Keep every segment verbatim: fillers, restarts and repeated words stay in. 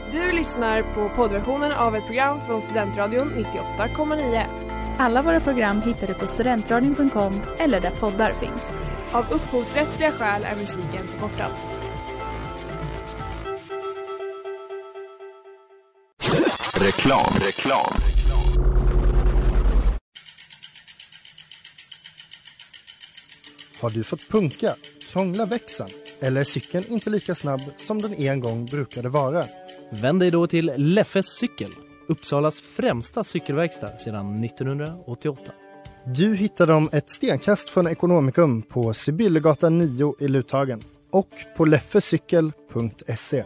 Du lyssnar på poddversionen av ett program från Studentradion nittioåtta komma nio. Alla våra program hittar du på studentradion punkt com eller där poddar finns. Av upphovsrättsliga skäl är musiken förkortad. Reklam, reklam. Har du fått punka, krångla växeln eller är cykeln inte lika snabb som den en gång brukade vara? Vänd dig då till Leffes cykel, Uppsalas främsta cykelverkstad sedan nittonhundraåttioåtta. Du hittar dem ett stenkast från Ekonomikum på Sibyllegatan nio i Luthagen och på leffecykel punkt se.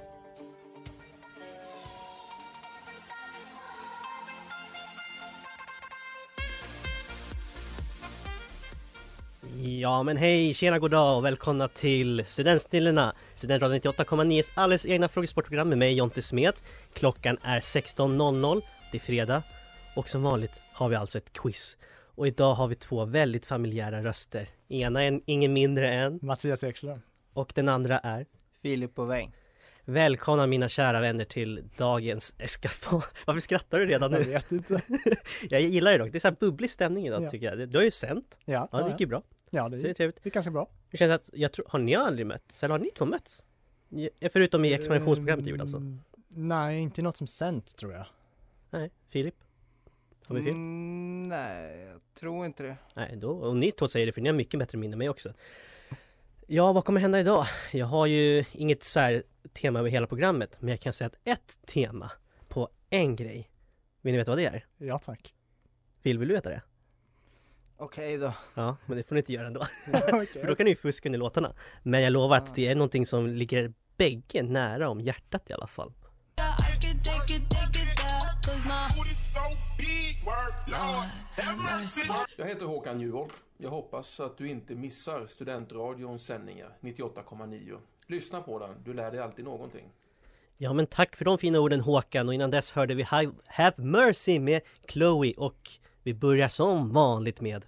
Ja men hej, tjena, god dag och välkomna till Studentsnillena, Studentradion nittioåtta komma nio alldeles egna frågesportprogram med mig Jonte Smet. Klockan är sexton noll noll, det är fredag och som vanligt har vi alltså ett quiz. Och idag har vi två väldigt familjära röster. Ena är ingen mindre än Mattias Ekström. Och den andra är Filip på väg. Välkomna mina kära vänner till dagens eskapad. Varför skrattar du redan nu? Jag vet inte. Jag gillar det dock, det är så här bubblig stämning idag, ja. tycker jag. Du har ju sänt. Ja, ja det gick ju bra. Ja, det, det är trevligt. Det är ganska bra. Det känns att, jag tror, har ni aldrig mötts? Eller har ni två mötts? Förutom i experimentationsprogrammet um, alltså. Nej, inte något som sänt tror jag. Nej, Filip? Har vi fel? Mm, nej, jag tror inte det. Nej, då, och ni två säger det för ni har mycket bättre minne än mig också. Ja, vad kommer hända idag? Jag har ju inget så här tema över hela programmet, men jag kan säga att ett tema på en grej. Vill ni veta vad det är? Ja, tack. Phil, vill du veta det? Okej då. Ja, men det får ni inte göra ändå. Okay. För då kan ni ju fuska under låtarna. Men jag lovar att det är någonting som ligger bägge nära om hjärtat i alla fall. Jag heter Håkan Juholt. Jag hoppas att du inte missar Studentradions sändningar nittioåtta komma nio. Lyssna på den, du lär dig alltid någonting. Ja, men tack för de fina orden, Håkan. Och innan dess hörde vi Have, Have Mercy med Chloe. Och vi börjar som vanligt med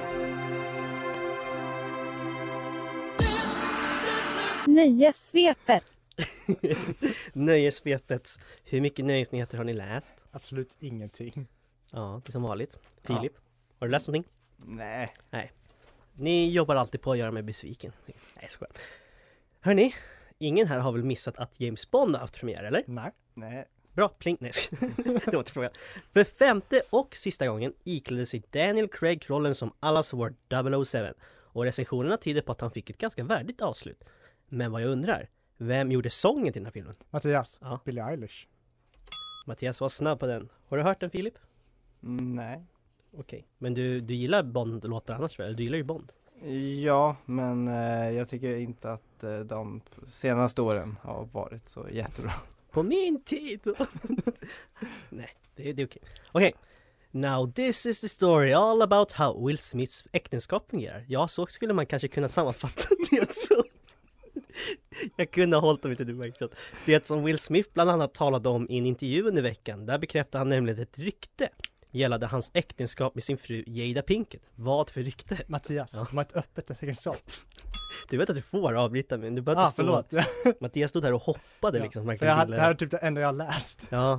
Nöjessvepet. Nöjessvepet. Hur mycket nöjesnyheter har ni läst? Absolut ingenting. Ja, det är som vanligt. Filip, ja. Har du läst någonting? Nej. Nej. Ni jobbar alltid på att göra mig besviken. Nej, så skönt. Hörrni, ingen här har väl missat att James Bond har haft premiär, eller? Nej. Nej. Bra, pling. Nej, det var inte frågan. För femte och sista gången iklädde sig Daniel Craig rollen som allas vår double oh seven. Och recensionerna tyder på att han fick ett ganska värdigt avslut. Men vad jag undrar, vem gjorde sången till den här filmen? Mattias, ja. Billie Eilish. Mattias var snabb på den. Har du hört den, Filip? Mm, nej. Okej, okay. Men du, du gillar Bond-låtar annars väl? Du gillar ju Bond. Ja, men eh, jag tycker inte att eh, de senaste åren har varit så jättebra. På min tid! Nej, det, det är okej. Okay. Okej, okay. Now this is the story all about how Will Smiths äktenskap fungerar. Ja, så skulle man kanske kunna sammanfatta det så. Jag kunde ha hållit dem inte du märkt. Det som Will Smith bland annat talade om i en intervju under veckan. Där bekräftade han nämligen ett rykte gällande hans äktenskap med sin fru Jada Pinkett. Vad för rykte? Mattias, ja. De har ett öppet äktenskap. Du vet att du får avbryta mig. Du bara ah, förlåt. Mattias stod där och hoppade ja. liksom. För jag, det här är typ det enda jag har läst. Ja.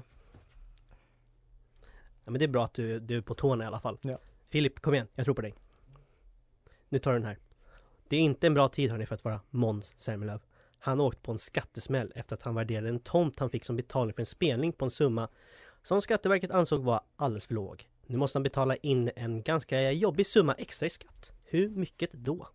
Ja, men det är bra att du, du är på tårna i alla fall. Ja. Filip, kom igen. Jag tror på dig. Nu tar du den här. Det är inte en bra tid hörni för att vara Måns Zelmerlöw. Han åkt på en skattesmäll efter att han värderade en tomt han fick som betalning för en spelning på en summa som Skatteverket ansåg var alldeles för låg. Nu måste han betala in en ganska jobbig summa extra i skatt. Hur mycket då?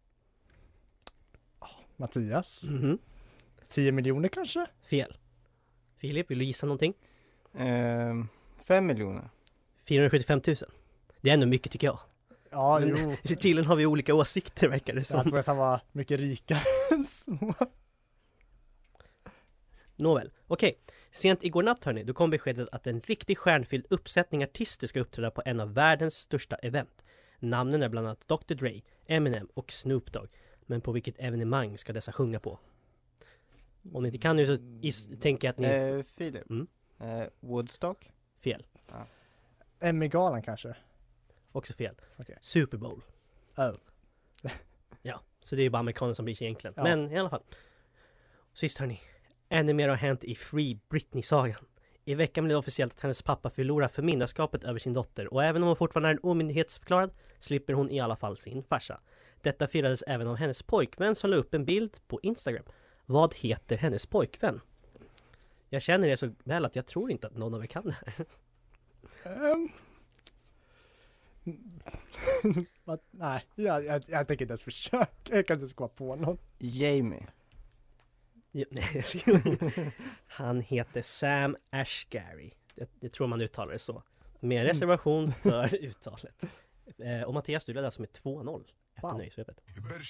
Mattias? Mm-hmm. tio miljoner kanske? Fel. Filip, vill du gissa någonting? Eh, fem miljoner. fyrahundrasjuttiofem tusen. Det är ändå mycket tycker jag. Ja, men jo. Tydligen har vi olika åsikter verkar det som. Jag tror att han var mycket rikare än så. Nåväl, okej. Okay. Sent igår natt hörni, då kom beskedet att en riktig stjärnfylld uppsättning artister ska uppträda på en av världens största event. Namnen är bland annat doktor Dre, Eminem och Snoop Dogg. Men på vilket evenemang ska dessa sjunga på? Om ni inte kan nu så is- tänker jag att ni... Eh, Filip. Mm. Eh, Woodstock. Fel. Ja. Emmy-galan kanske? Också fel. Okay. Super Bowl. Oh. Ja, så det är bara amerikaner som blir sig egentligen. Ja. Men i alla fall. Sist hörni. Ännu mer har hänt i Free Britney-sagan. I veckan blev det officiellt att hennes pappa förlorar förmyndarskapet över sin dotter och även om hon fortfarande är en omyndighetsförklarad slipper hon i alla fall sin farsa. Detta firades även av hennes pojkvän som la upp en bild på Instagram. Vad heter hennes pojkvän? Jag känner det så väl att jag tror inte att någon av er kan det här. Um. Nej, jag, jag, jag tänker inte ens försöka. Jag kan inte ens komma på någon. Jamie. Jo, nej, han heter Sam Asghari. Det, det tror man uttalar det så. Med reservation för uttalet. Eh, och Mattias, du ledde alltså med två noll efter Wow. nöjesvepet.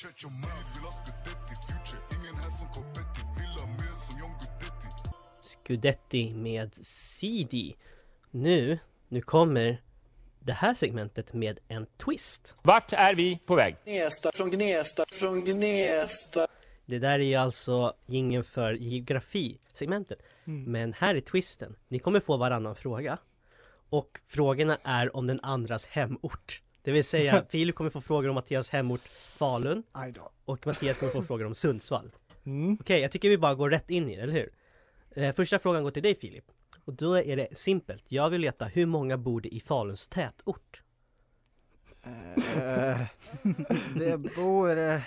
Scudetti med C D. Nu, nu kommer det här segmentet med en twist. Vart är vi på väg? Gnesta, från Gnesta, från Gnesta. Det där är alltså ingen för geografi-segmentet. Mm. Men här är twisten. Ni kommer få varannan fråga. Och frågorna är om den andras hemort. Det vill säga, Filip kommer få frågor om Mattias hemort Falun. Aj då. Och Mattias kommer få frågor om Sundsvall. Mm. Okej, jag tycker vi bara går rätt in i det, eller hur? Eh, första frågan går till dig, Filip. Och då är det simpelt. Jag vill veta hur många bor det i Faluns tätort? Uh, det bor... Uh,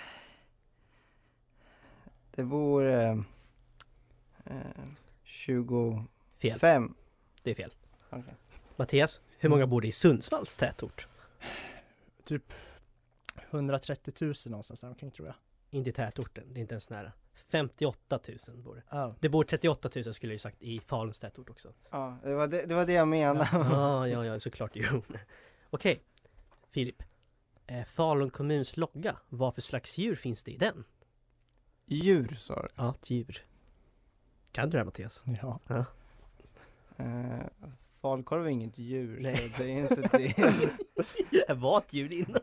det bor... Uh, uh, tjugofem. Fel. Det är fel. Okay. Mattias, hur många bor det i Sundsvalls tätort? Typ hundratrettio tusen någonstans där omkring, tror jag. Inte i tätorten, det är inte ens nära. femtioåtta tusen bor det. Oh. Det bor trettioåtta tusen skulle jag ju sagt i Faluns tätort också. Ja, det var det, det var det jag menade. Ja, ja, ja, såklart. Jo. Okej, Filip. Eh, Falun kommuns logga, vad för slags djur finns det i den? Djur, sa du? Ja, ett djur. Kan du det här, Mattias? Ja. Ja. Uh, Falkorv är inget djur. Nej. Så det är inte det. Jag var ett djur innan.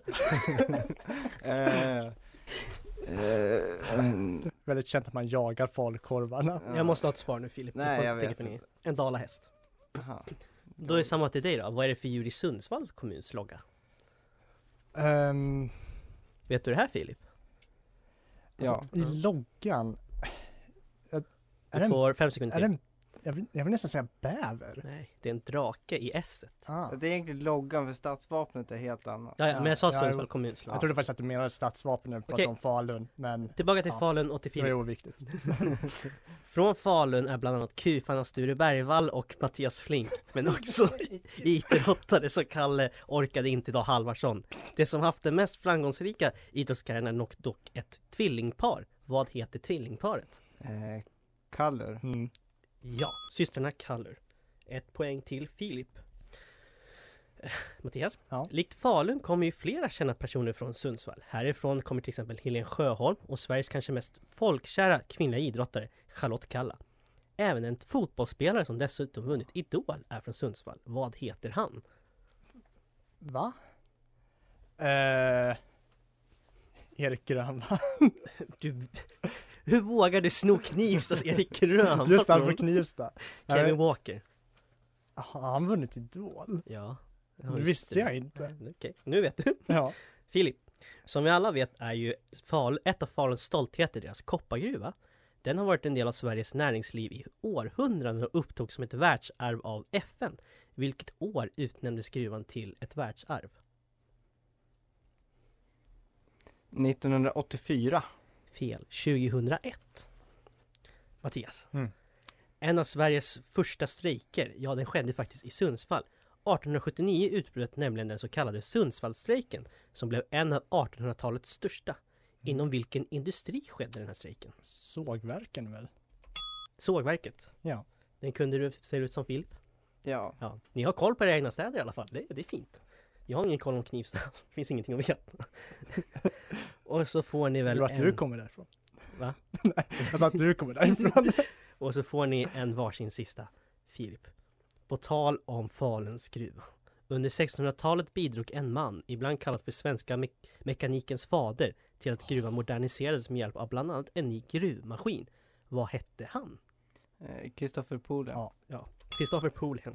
uh, uh, Väldigt känt att man jagar falukorvarna. uh, Jag måste ha ett svar nu, Filip. Nej, Du får jag tänka vet för ni- inte. En dalahäst. Aha. Då är samma till dig då. Vad är det för djur i Sundsvalls kommuns logga? Um, Vet du det här, Filip? Ja. alltså, I loggan. Är Du den, får fem sekunder är till. den, jag, vill, jag vill nästan säga bäver. Nej, det är en drake i S-et. Ah. Det är egentligen loggan, för stadsvapnet är helt annat. Ja, ja, men jag sa Ja, Sundsvall jo. kommuns logga. Jag trodde faktiskt att du menade stadsvapen när du pratade Okej. om Falun. Men Tillbaka till Ja. Falun och till det var Filip. ju oviktigt. Från Falun är bland annat Kufarna Sture Bergvall och Mattias Flink. Men också idrottare så Kalle orkade inte idag Halvarsson. Det som haft den mest framgångsrika idrottskarriären är dock, dock ett tvillingpar. Vad heter tvillingparet? Eh, Color. Mm. Ja, systrarna Kaller. Ett poäng till Filip. Eh, Mattias, Ja. likt Falun kommer ju flera kända personer från Sundsvall. Härifrån kommer till exempel Helene Sjöholm och Sveriges kanske mest folkkära kvinnliga idrottare Charlotte Kalla. Även en fotbollsspelare som dessutom vunnit Idol är från Sundsvall. Vad heter han? Va? Eh, Erik Grönvall. Du, hur vågar du sno Knivstas Erik Grönvall? Just han från Knivsta. Kevin Walker. Har han vunnit Idol? Ja. Ja, Det just visste jag inte. Nej, Okej, nu vet du. Ja. Filip, som vi alla vet är ju Fal, ett av Faluns stoltheter deras koppargruva. Den har varit en del av Sveriges näringsliv i århundraden och upptogs som ett världsarv av F N. Vilket år utnämndes gruvan till ett världsarv? nittonhundraåttiofyra. Fel, tjugohundraett. Mattias. Mm. En av Sveriges första strejker, ja den skedde faktiskt i Sundsvall. artonhundrasjuttionio utbröt nämligen den så kallade Sundsvallstrejken som blev en av artonhundratalets största. Inom vilken industri skedde den här strejken? Sågverken väl? Sågverket. Ja. Den kunde du se ut som Filip. Ja. Ja. Ni har koll på era egna städer i alla fall. Det, det är fint. Jag har ingen koll om Knivsta. Det finns ingenting att veta. Och så får ni väl Det var att en... du kommer därifrån. Va? Nej, jag sa att du kommer därifrån. Och så får ni en varsin sista, Filip. På tal om Faluns gruva. Under sextonhundratalet bidrog en man, ibland kallad för svenska me- mekanikens fader, till att gruvan moderniserades med hjälp av bland annat en ny gruvmaskin. Vad hette han? Kristoffer Polen. Ja. Ja, Kristoffer Polen.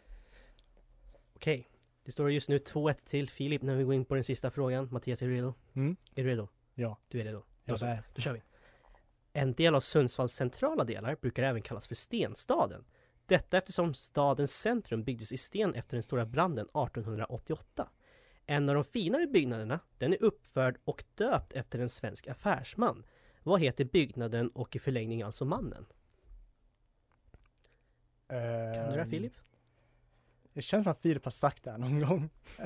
Okej, det står just nu två ett till Filip när vi går in på den sista frågan. Mattias, är du redo? Mm. Är du redo? Ja. Du är redo. Då, Ja, så, det är. då kör vi. En del av Sundsvalls centrala delar brukar även kallas för Stenstaden. Detta eftersom stadens centrum byggdes i sten efter den stora branden artonhundraåttioåtta. En av de finare byggnaderna, den är uppförd och döpt efter en svensk affärsman. Vad heter byggnaden och i förlängning alltså mannen? Uh, Kan du det, Filip? Det känns som att Filip har sagt det här någon gång.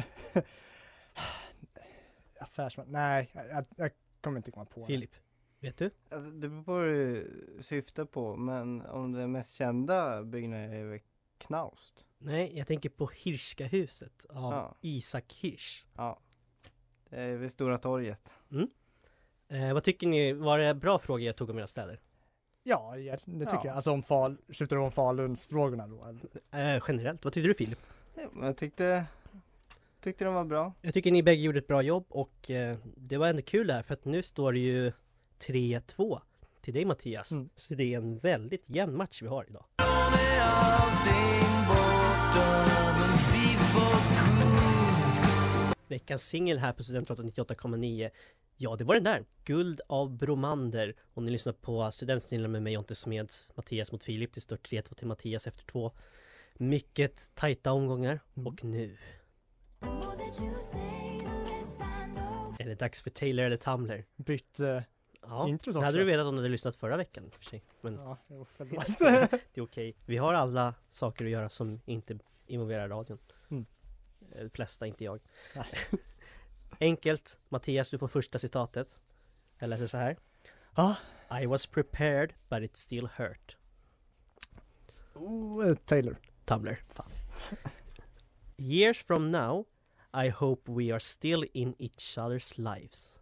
Affärsman. Nej, jag, jag, jag kommer inte komma på det. Filip, vet du? Alltså, det beror på vad du syftar på, men om det mest kända byggnaden är väl Knaust. Nej, jag tänker på Hirska huset av Ja. Isak Hirsch. Ja, det är vid Stora torget. Mm. Eh, vad tycker ni, var det bra fråga jag tog om era städer? Ja, ja, det tycker Ja. jag. Alltså om Fal, skjuter du om Faluns-frågorna då? Eller? Eh, generellt, vad tyckte du, Filip? Ja, men jag tyckte, tyckte de var bra. Jag tycker ni bägge gjorde ett bra jobb och eh, det var ändå kul där för att nu står det ju tre två till dig, Mattias. Mm. Så det är en väldigt jämn match vi har idag. Veckans singel här på Studentradion nittioåtta komma nio. Ja, det var den där. Guld av Bromander. Och ni lyssnar på Studentsnillen med mig, Jonte Smeds, Mattias mot Filip. Det står tre två till Mattias efter två. Mycket tajta omgångar. Mm. Och nu är det dags för Taylor eller Tumblr. Bytt uh, Ja, introt det också. hade du vetat om du hade lyssnat förra veckan för sig. Men Ja, jo, förlåt. det är okej. Vi har alla saker att göra som inte involverar radion. Mm. De flesta, inte jag. Nej. Enkelt. Mattias, du får första citatet. Jag läser så här. Ja. I was prepared but it still hurt. Oh, Taylor. Tumblr. Fan. Years from now I hope we are still in each other's lives.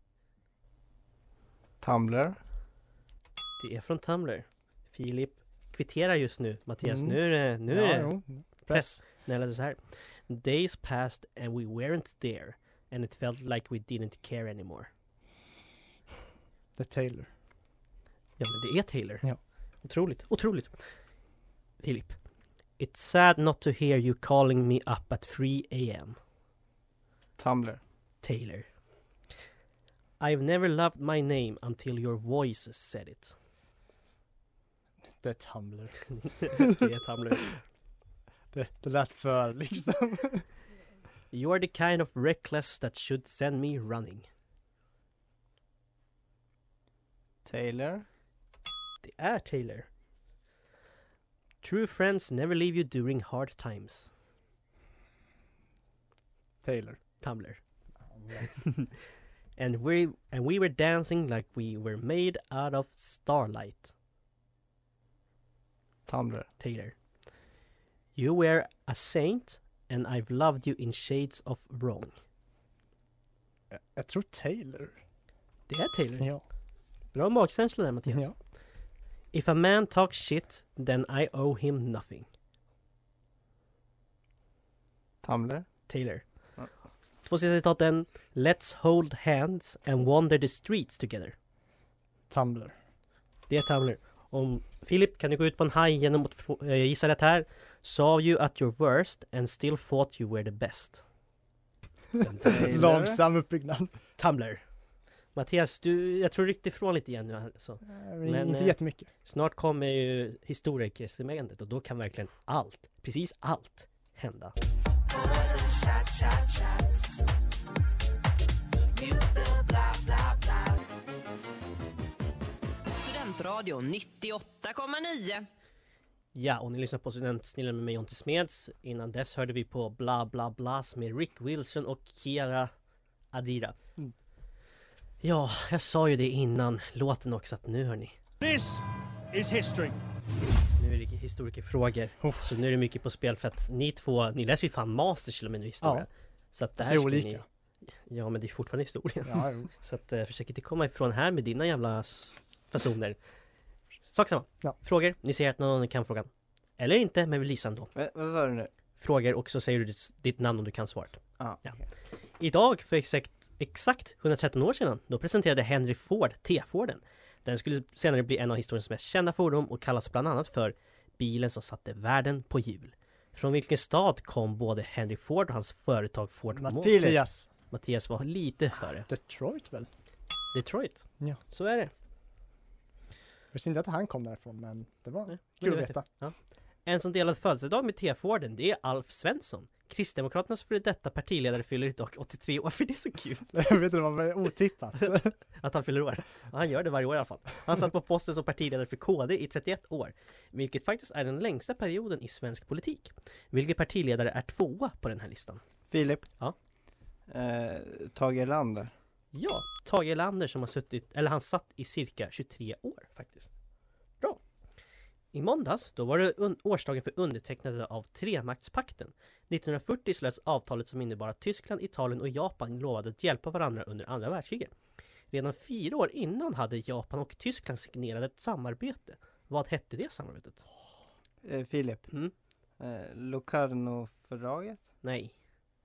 Tumblr. Det är från Tumblr. Filip kvitterar just nu. Mattias, Mm. nu är det, nu Ja, är det jo. press. När jag läser så här. Days passed and we weren't there and it felt like we didn't care anymore. Det är Taylor. Ja, men det är Taylor. Ja. Otroligt, otroligt. Filip. It's sad not to hear you calling me up at three a.m. Tumblr. Taylor. I've never loved my name until your voices said it. Det är Tumblr. Det är Tumblr. Det, det lät för liksom. You are the kind of reckless that should send me running. Taylor. Det är Taylor. True friends never leave you during hard times. Taylor. Tumblr. and we and we were dancing like we were made out of starlight. Tumblr. Taylor. You were a saint and I've loved you in shades of wrong. Jag, jag tror Taylor. Det är Taylor. Ja. Bra magkänsla där, Mattias. Ja. If a man talks shit, then I owe him nothing. Tumblr. Taylor. Ja. Två sista citaten. Let's hold hands and wander the streets together. Tumblr. Det är Tumblr. Om Philip, kan du gå ut på en haj genom att få, äh, gissa rätt här? Saw you at your worst and still thought you were the best. Långsam uppbyggnad. Tumblr. Mattias, du, jag tror du ryckte ifrån lite igen nu. Alltså. Men, inte eh, jättemycket. Snart kommer ju historikersegmentet och då kan verkligen allt, precis allt, hända. Studentradion nittioåtta komma nio. Ja, och ni lyssnar på Studentsnillen med mig, Jonte Smeds. Innan dess hörde vi på Bla Bla Blas med Rick Wilson och Kiara Adira. Mm. Ja, jag sa ju det innan låten också att nu hör ni. This is history. Nu är det historikerfrågor. Oh. Så nu är det mycket på spel för att ni två, ni läser ju fan masters till och med nu i historia. Ja. Så att det Det här är ska olika. ni... Ja, men det är fortfarande historien. Ja, jo. Så att eh, försök inte komma ifrån här med dina jävla s- fasoner. Sak samma. Ja. Frågor, ni ser att någon kan frågan. Eller inte, men vi lisar ändå. V- vad sa du nu? Frågor och så säger du ditt, ditt namn om du kan svaret. Ah, Ja. okej. Idag för exakt, exakt hundratretton år sedan, då presenterade Henry Ford T-Forden. Den skulle senare bli en av historiens mest kända fordon och kallas bland annat för bilen som satte världen på hjul. Från vilken stad kom både Henry Ford och hans företag Ford Motor? Mattias. Mattias var lite före. Detroit väl? Detroit. Ja. Så är det. visste inte att han kom därifrån, men det var Nej, kul men att det veta. Ja. En som delade födelsedag med T-Forden, det är Alf Svensson. Kristdemokraternas före detta partiledare fyller idag åttiotre år, för det är så kul. Jag vet inte, det var otippat. Att han fyller år. Han gör det varje år i alla fall. Han satt på posten som partiledare för K D i trettioett år, vilket faktiskt är den längsta perioden i svensk politik. Vilken partiledare är tvåa på den här listan? Filip? Ja. Eh, Tage Erlander? Ja, Tage Erlander som har suttit, eller han satt i cirka tjugotre år faktiskt. Bra. I måndags, då var det un- årsdagen för undertecknandet av Tremaktspakten. nittonhundrafyrtio slöts avtalet som innebar att Tyskland, Italien och Japan lovade att hjälpa varandra under andra världskriget. Redan fyra år innan hade Japan och Tyskland signerat ett samarbete. Vad hette det samarbetet? Eh, Filip? Mm. Eh, Locarno-fördraget? Nej.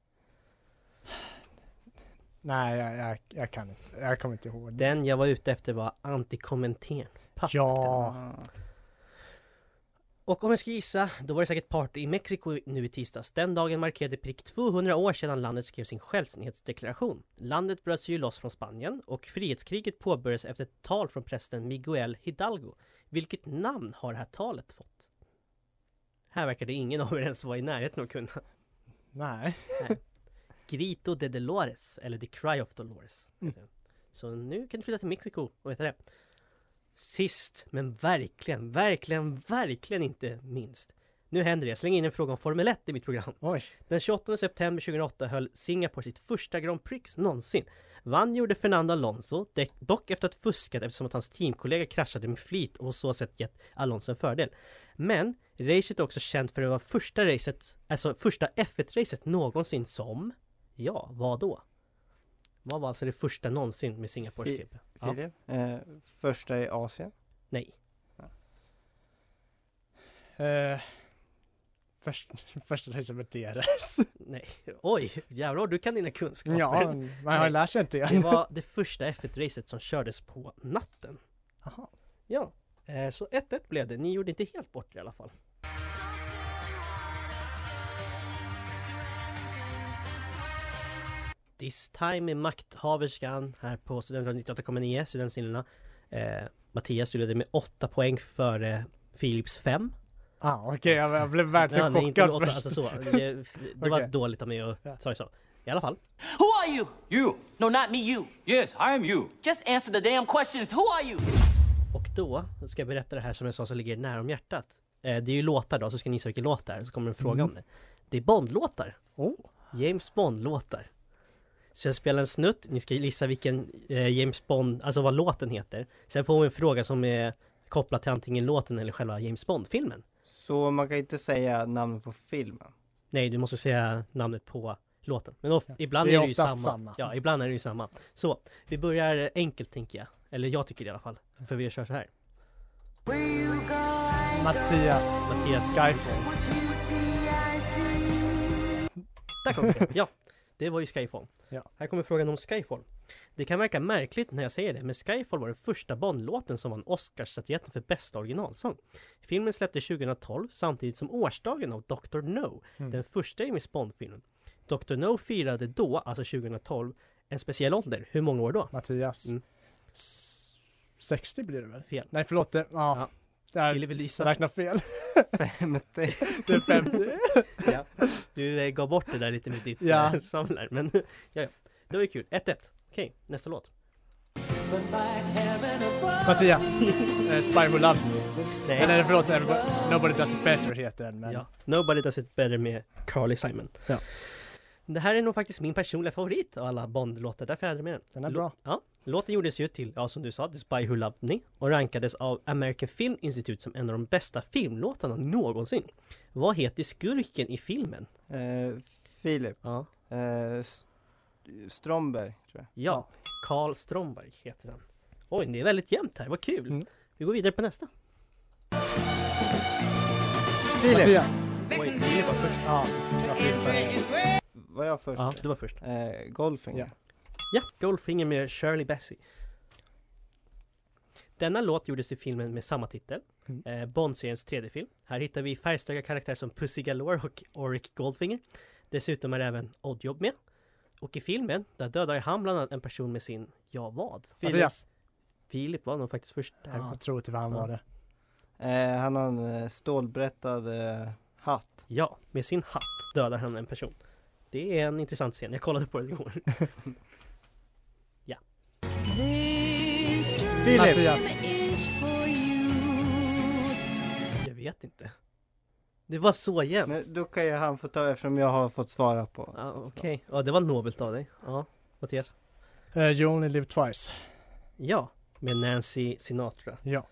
Nej, jag, jag, jag kan inte. Jag kommer inte ihåg. Den jag var ute efter var antikommentern. Ja. Och om jag ska gissa, då var det säkert party i Mexiko nu i tisdags. Den dagen markerade prick tvåhundra år sedan landet skrev sin självständighetsdeklaration. Landet bröt sig ju loss från Spanien och frihetskriget påbörjades efter ett tal från prästen Miguel Hidalgo. Vilket namn har det här talet fått? Här verkar det ingen av er ens vara i närheten att kunna. Nej. Nej. Grito de Dolores, eller The Cry of Dolores. Mm. Så nu kan du flytta till Mexiko och veta det. Sist, men verkligen, verkligen, verkligen inte minst. Nu händer det. Jag slänger in en fråga om Formel ett i mitt program. Oj. Den tjugoåttonde september tjugohundraåtta höll Singapore sitt första Grand Prix någonsin. Vann gjorde Fernando Alonso, dock efter att fuskat eftersom att hans teamkollega kraschade med flit och på så sätt gett Alonso en fördel. Men racet är också känt för att det var första racet, alltså första F ett-racet någonsin som, ja, vad då? Vad var alltså det första någonsin med Singapore Fi- G P? Filip? Ja. Eh, första i Asien? Nej. Eh, först, första racet med D R S. Nej. Oj, jävlar, du kan dina kunskaper. Ja, man har lärt sig inte igen. Det var det första F ett-racet som kördes på natten. Aha. Ja, eh, så ett ett blev det. Ni gjorde inte helt bort i alla fall. This time är makthaverskan här på Studentradion nittioåtta komma nio, Studentsinlarna. Eh, Mattias, du ledde med åtta poäng före Philips fem. Ah, okej, okay, jag, jag blev verkligen ja, nej, chockad åtta, först. alltså så. Det, det okay. var dåligt av mig att ja. säga så. I alla fall. Who are you? You. No, not me, you. Yes, I am you. Just answer the damn questions. Who are you? Och då ska jag berätta det här som jag sa som ligger nära om hjärtat. Eh, det är ju låtar då, så ska ni gissa vilken låt det är. Så kommer en fråga Mm. om det. Det är Bond-låtar. Oh. James Bond-låtar. Så jag spelar en snutt, ni ska gissa vilken eh, James Bond, alltså vad låten heter. Sen får vi en fråga som är kopplad till antingen låten eller själva James Bond-filmen. Så man kan inte säga namnet på filmen? Nej, du måste säga namnet på låten. Men of, ja. ibland det är, är det ju samma. samma. Ja, ibland är det ju samma. Så, vi börjar enkelt tänker jag. Eller jag tycker det i alla fall. För vi kör så här. Mattias. Mattias Skyfall. Där kom det. Ja, det var ju Skyfall. Ja. Här kommer frågan om Skyfall. Det kan verka märkligt när jag säger det, men Skyfall var den första Bond-låten som vann Oscarsstatyetten för bästa originalsång. Filmen släpptes tjugohundratolv samtidigt som årsdagen av doktor No, mm. den första James Bond-filmen. doktor No firade då, alltså tjugohundratolv, en speciell ålder. Hur många år då? Mattias. Mm. sextio blir det väl? Fel. Nej, förlåt. Det, ja. ja. Där räknar fel. femtio. Det är femtio. Ja. Du eh, gav bort det där lite med ditt ja. eh, samlar. Men ja, ja, det var ju kul. ett ett. Okej, nästa låt. Mattias. uh, Spy Who Loved Me. Eller förlåt, Nobody Does It Better heter den. Men... Ja, Nobody Does It Better med Carly Simon. Ja. Det här är nog faktiskt min personliga favorit av alla Bond-låtar, därför är jag med den. Den är bra. Ja, låten gjordes ju till, ja som du sa, The Spy Who Loved Me och rankades av American Film Institute som en av de bästa filmlåtarna någonsin. Vad heter skurken i filmen? Eh, Filip. Ja. Eh, Stromberg, tror jag. Ja, Carl Stromberg heter han. Oj, det är väldigt jämnt här, vad kul. Mm. Vi går vidare på nästa. Filip. Mattias. Oj, Filip var först. Ja, jag Filip först. Var jag först? Ja, du var först. Eh, Goldfinger. Ja. ja, Goldfinger med Shirley Bassey. Denna låt gjordes till filmen med samma titel. Mm. Eh, Bond-seriens tredje film. Här hittar vi färgstarka karaktärer som Pussy Galore och Auric Goldfinger. Dessutom är även Oddjob med. Och i filmen, där dödar han bland annat en person med sin, ja vad? Mattias. Filip var nog faktiskt först där. Ja, jag tror tyvärr han var det. Eh, han har en eh, stålbrättad eh, hatt. Ja, med sin hatt dödar han en person. Det är en intressant scen. Jag kollade på det igår. Ja. Filip. Mattias. Jag vet inte. Det var så jämnt. Men då kan ju han få ta eftersom jag har fått svara på. Ja, okej. Okay. Ja, det var nobelt av dig. Ja, Mattias. Uh, you only live twice. Ja, med Nancy Sinatra. Ja.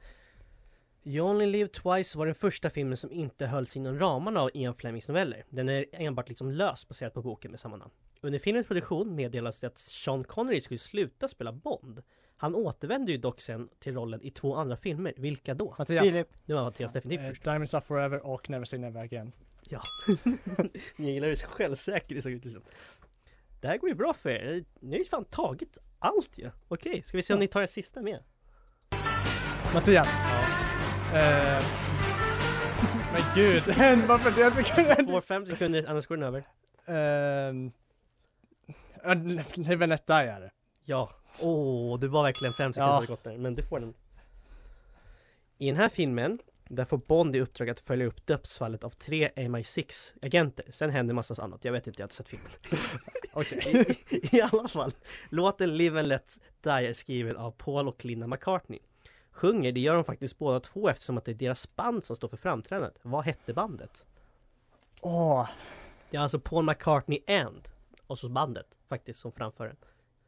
You Only Live Twice var den första filmen som inte hölls inom ramarna av Ian Flemings noveller. Den är enbart liksom lös baserat på boken med samma namn. Under filmens produktion meddelades det att Sean Connery skulle sluta spela Bond. Han återvände ju dock sen till rollen i två andra filmer. Vilka då? Mattias. Filip. Det var Mattias definitivt uh, först. Diamonds Are Forever och Never Say Never Again. Ja. Jag gillar det så självsäker det såg ut liksom. Det här går ju bra för er. Ni har ju fan tagit allt ju. Ja. Okej, ska vi se om ja. ni tar det sista med? Mattias. Ja. Uh, men gud, varför det sekunder? Får fem sekunder, annars går den över. Uh, Live and Let Die är det. Ja, åh, oh, det var verkligen fem sekunder ja. så gott där, men du får den. I den här filmen, där får Bond i uppdrag att följa upp dödsfallet av tre M I sex agenter. Sen händer massa annat, jag vet inte, jag har inte sett filmen. Okej. I, I alla fall, låten Live and Let Die är skriven av Paul och Linda McCartney. Sjunger, det gör de faktiskt båda två eftersom att det är deras band som står för framträdandet. Vad hette bandet? Åh. Oh. Det är alltså Paul McCartney and och så bandet faktiskt som framför den.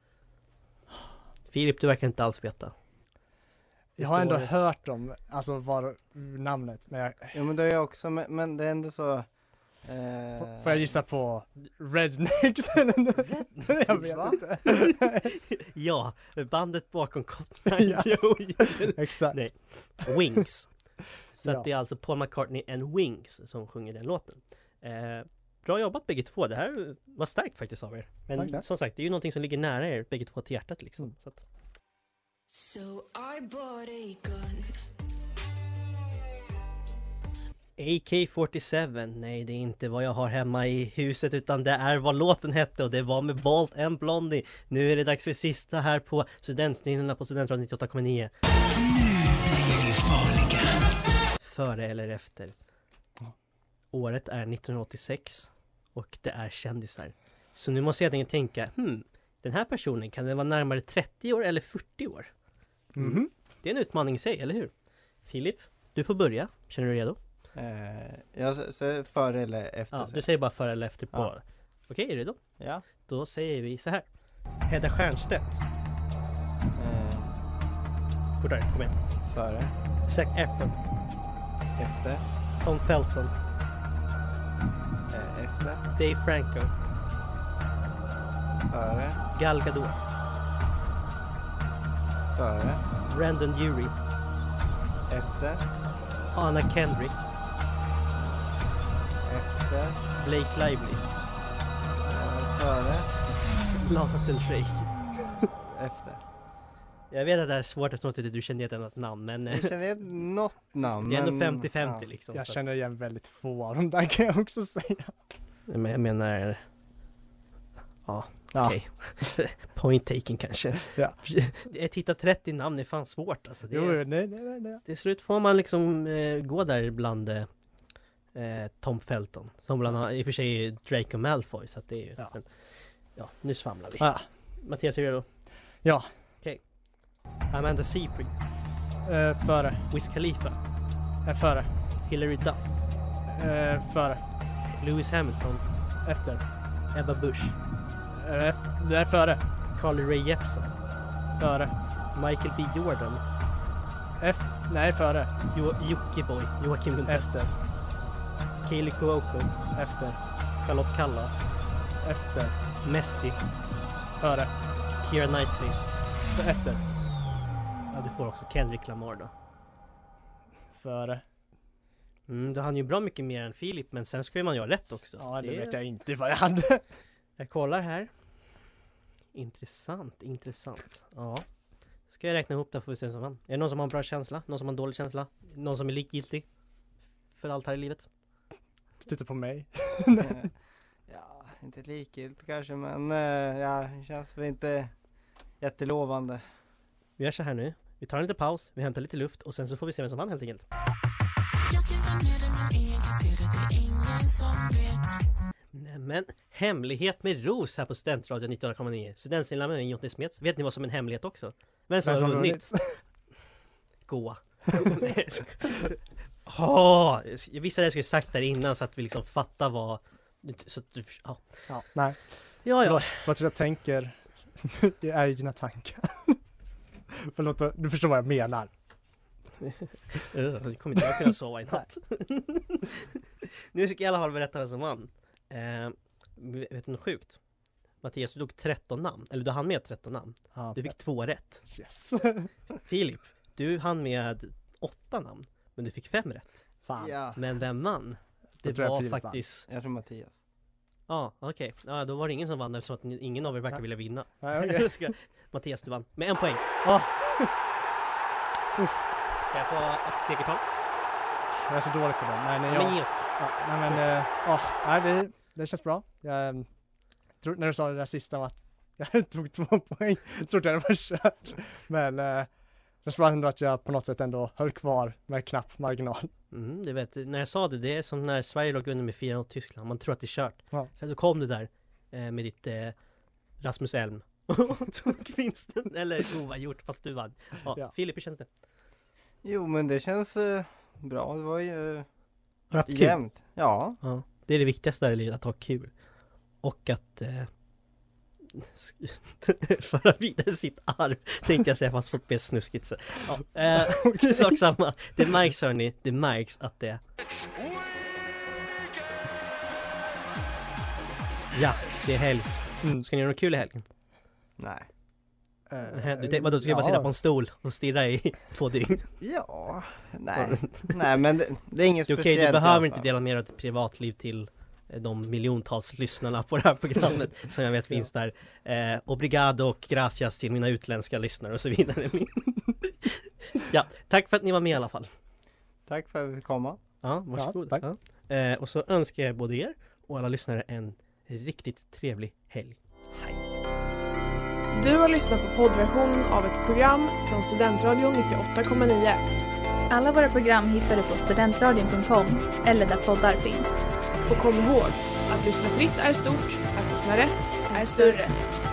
Filip, du verkar inte alls veta. Det jag har ändå det. hört om, alltså var namnet. Men jag... Ja, men det är jag också, men, men det är ändå så... Eh... Får jag gissa på Rednecks? Rednecks? Jag vet inte. Ja, bandet bakom Cotton Eye Joe. Exakt. Nej, Wings. Så ja. att det är alltså Paul McCartney and Wings som sjunger den låten. Eh, bra jobbat bägge två. Det här var starkt faktiskt av er. Men tack, tack. Som sagt, det är ju någonting som ligger nära er bägge två till hjärtat liksom. Mm. Så att... So I bought a gun. A K fyrtiosju, nej det är inte vad jag har hemma i huset utan det är vad låten hette och det var med Bolt and Blondie. Nu är det dags för sista här på Studentsnillena på Studentradion nittioåtta komma nio. Nu blir det farliga. Före eller efter. Året är nittonhundraåttiosex och det är kändisar. Så nu måste jag tänka, hmm, den här personen, kan den vara närmare trettio år eller fyrtio år? Mm. Mm. Det är en utmaning i sig, eller hur? Filip, du får börja. Känner du redo? Eh, jag säger före eller efter. Ja, du säger bara före eller efter på. Ja. Okej, är du redo? Ja. Då säger vi så här. Hedda Stiernstedt. Eh. Fortare, kom igen. Före. Zac Efron. Efter. Tom Felton. Eh, efter. Dave Franco. Före. Gal Gadot. Före. Brandon Urie. Efter. Anna Kendrick. Efter. Blake Lively. Eh, före. Lana Del Rey. Efter. Jag vet att det är svårt eftersom att du känner ett annat namn, men... Jag känner ett något namn. Det är ändå men... femtio femtio ja. liksom. Jag så känner att... igen väldigt få av dem där kan jag också säga. Men jag menar... Ja, okej. Okay. Point taking kanske. Ja. Att hitta trettio namn är fan svårt alltså. Det, jo, nej, nej, nej, nej. Till slut får man liksom eh, gå där bland eh, Tom Felton. Som bland annat, i och för sig är Draco Malfoy. Så att det är ju... Ja. Men, ja, nu svamlar vi. Ja. Mattias, är du redo? Ja. Okej. Okay. Amanda Seyfried. Uh, före. Wiz Khalifa. Uh, före. Hilary Duff. Uh, före. Lewis Hamilton. Efter. Ebba Busch. Uh, efter. Det är före. Carly Rae Jepsen. Före. Michael B. Jordan. Efter. Nej, före. Jo- Jockiboi. Joakim Lundell. Efter. Kaylee Cuoco. Efter. Charlotte Kalla. Efter. Messi. Före. Keira Knightley. Efter. Ja, du får också Kendrick Lamar då. Före. Mm, du hann ju bra mycket mer än Filip, men sen ska ju man göra rätt också. Ja, det, det vet är... jag inte vad jag hade. Jag kollar här. Intressant, intressant. Ja. Ska jag räkna ihop det får vi se som han. Är det någon som har en bra känsla? Någon som har en dålig känsla? Någon som är likgiltig? För allt här i livet? Titta på mig. Ja, inte likgiltigt kanske, men uh, ja, det känns väl inte jättelovande. Vi gör så här nu. Vi tar en liten paus, vi hämtar lite luft och sen så får vi se vem som vann helt enkelt. Nej, men hemlighet med Ros här på Studentradion nittioåtta komma nio. Studentsnilla med Jonny Smeds. Vet ni vad som är en hemlighet också? Vem som har vunnit? Goa. Oh, jag visste att jag skulle sagt det innan så att vi liksom fattar vad... Så att du, ja. Ja, nej. Ja, ja. För att jag tänker, det är ju dina tankar. Förlåt, du förstår vad jag menar. Det kommer inte jag kunna sova i natt. Nu ska jag i alla fall berätta vem som vann. Eh, vet du något sjukt? Mattias, du tog tretton namn. Eller du hann med tretton namn. Ja, du fick två rätt. Yes. Filip, du hann med åtta namn. Men du fick fem rätt. Fan. Ja. Men vem vann? Det jag var jag faktiskt... Vann. Jag tror Mattias. Ja, ah, okej. Okay. Ah, då var det ingen som vann eftersom att ingen av er verkar vilja vinna. Nej, okay. Mattias, du vann. Med en poäng. Ah. Uff. Kan jag få ett segertal? Jag är så dålig på den. Nej, nej, jag... Men ge oss. Ja, nej, men... Äh, ah, nej, det, det känns bra. Jag tror när du sa det där sista om att jag tog två poäng. Jag trodde jag det var kört. Men... Äh, det var ändå att jag på något sätt ändå höll kvar med knapp marginal. Mm, det vet, när jag sa det, det är som när Sverige låg under med fyra mot Tyskland. Man tror att det är kört. Ja. Sen så kom du där eh, med ditt eh, Rasmus Elm och tog vinsten. Eller oavgjort fast du vann. Ja, ja. Filip, hur känns det? Jo, men det känns eh, bra. Det var ju eh, Har haft kul? jämnt. Ja. Ja. Det är det viktigaste där i livet, att ha kul. Och att eh, föra vidare sitt arv, tänkte jag säga, fast fått bäst snuskigt så. Ja, eh, okay. Sak samma. Det märks, hörni, det märks att det ja, det är helg. Mm. Ska ni göra något kul i helgen? Nej. Uh, du tänk, vadå, ska jag bara sitta på en stol och stirra i två dygn? Ja, nej. Nej, men det, det är inget det är speciellt. Okej, du behöver inte dela med dig av ett privatliv till de miljontals lyssnarna på det här programmet som jag vet finns där. Eh, obrigado och gracias till mina utländska lyssnare och så vidare. Ja, tack för att ni var med i alla fall. Tack för att vi fick komma. Ja, varsågod. Ja, ja. Eh, och så önskar jag både er och alla lyssnare en riktigt trevlig helg. Hej! Du har lyssnat på poddversionen av ett program från Studentradion nittioåtta komma nio. Alla våra program hittar du på studentradion punkt com eller där poddar finns. Och kom ihåg, att lyssna fritt är stort, att lyssna rätt är större.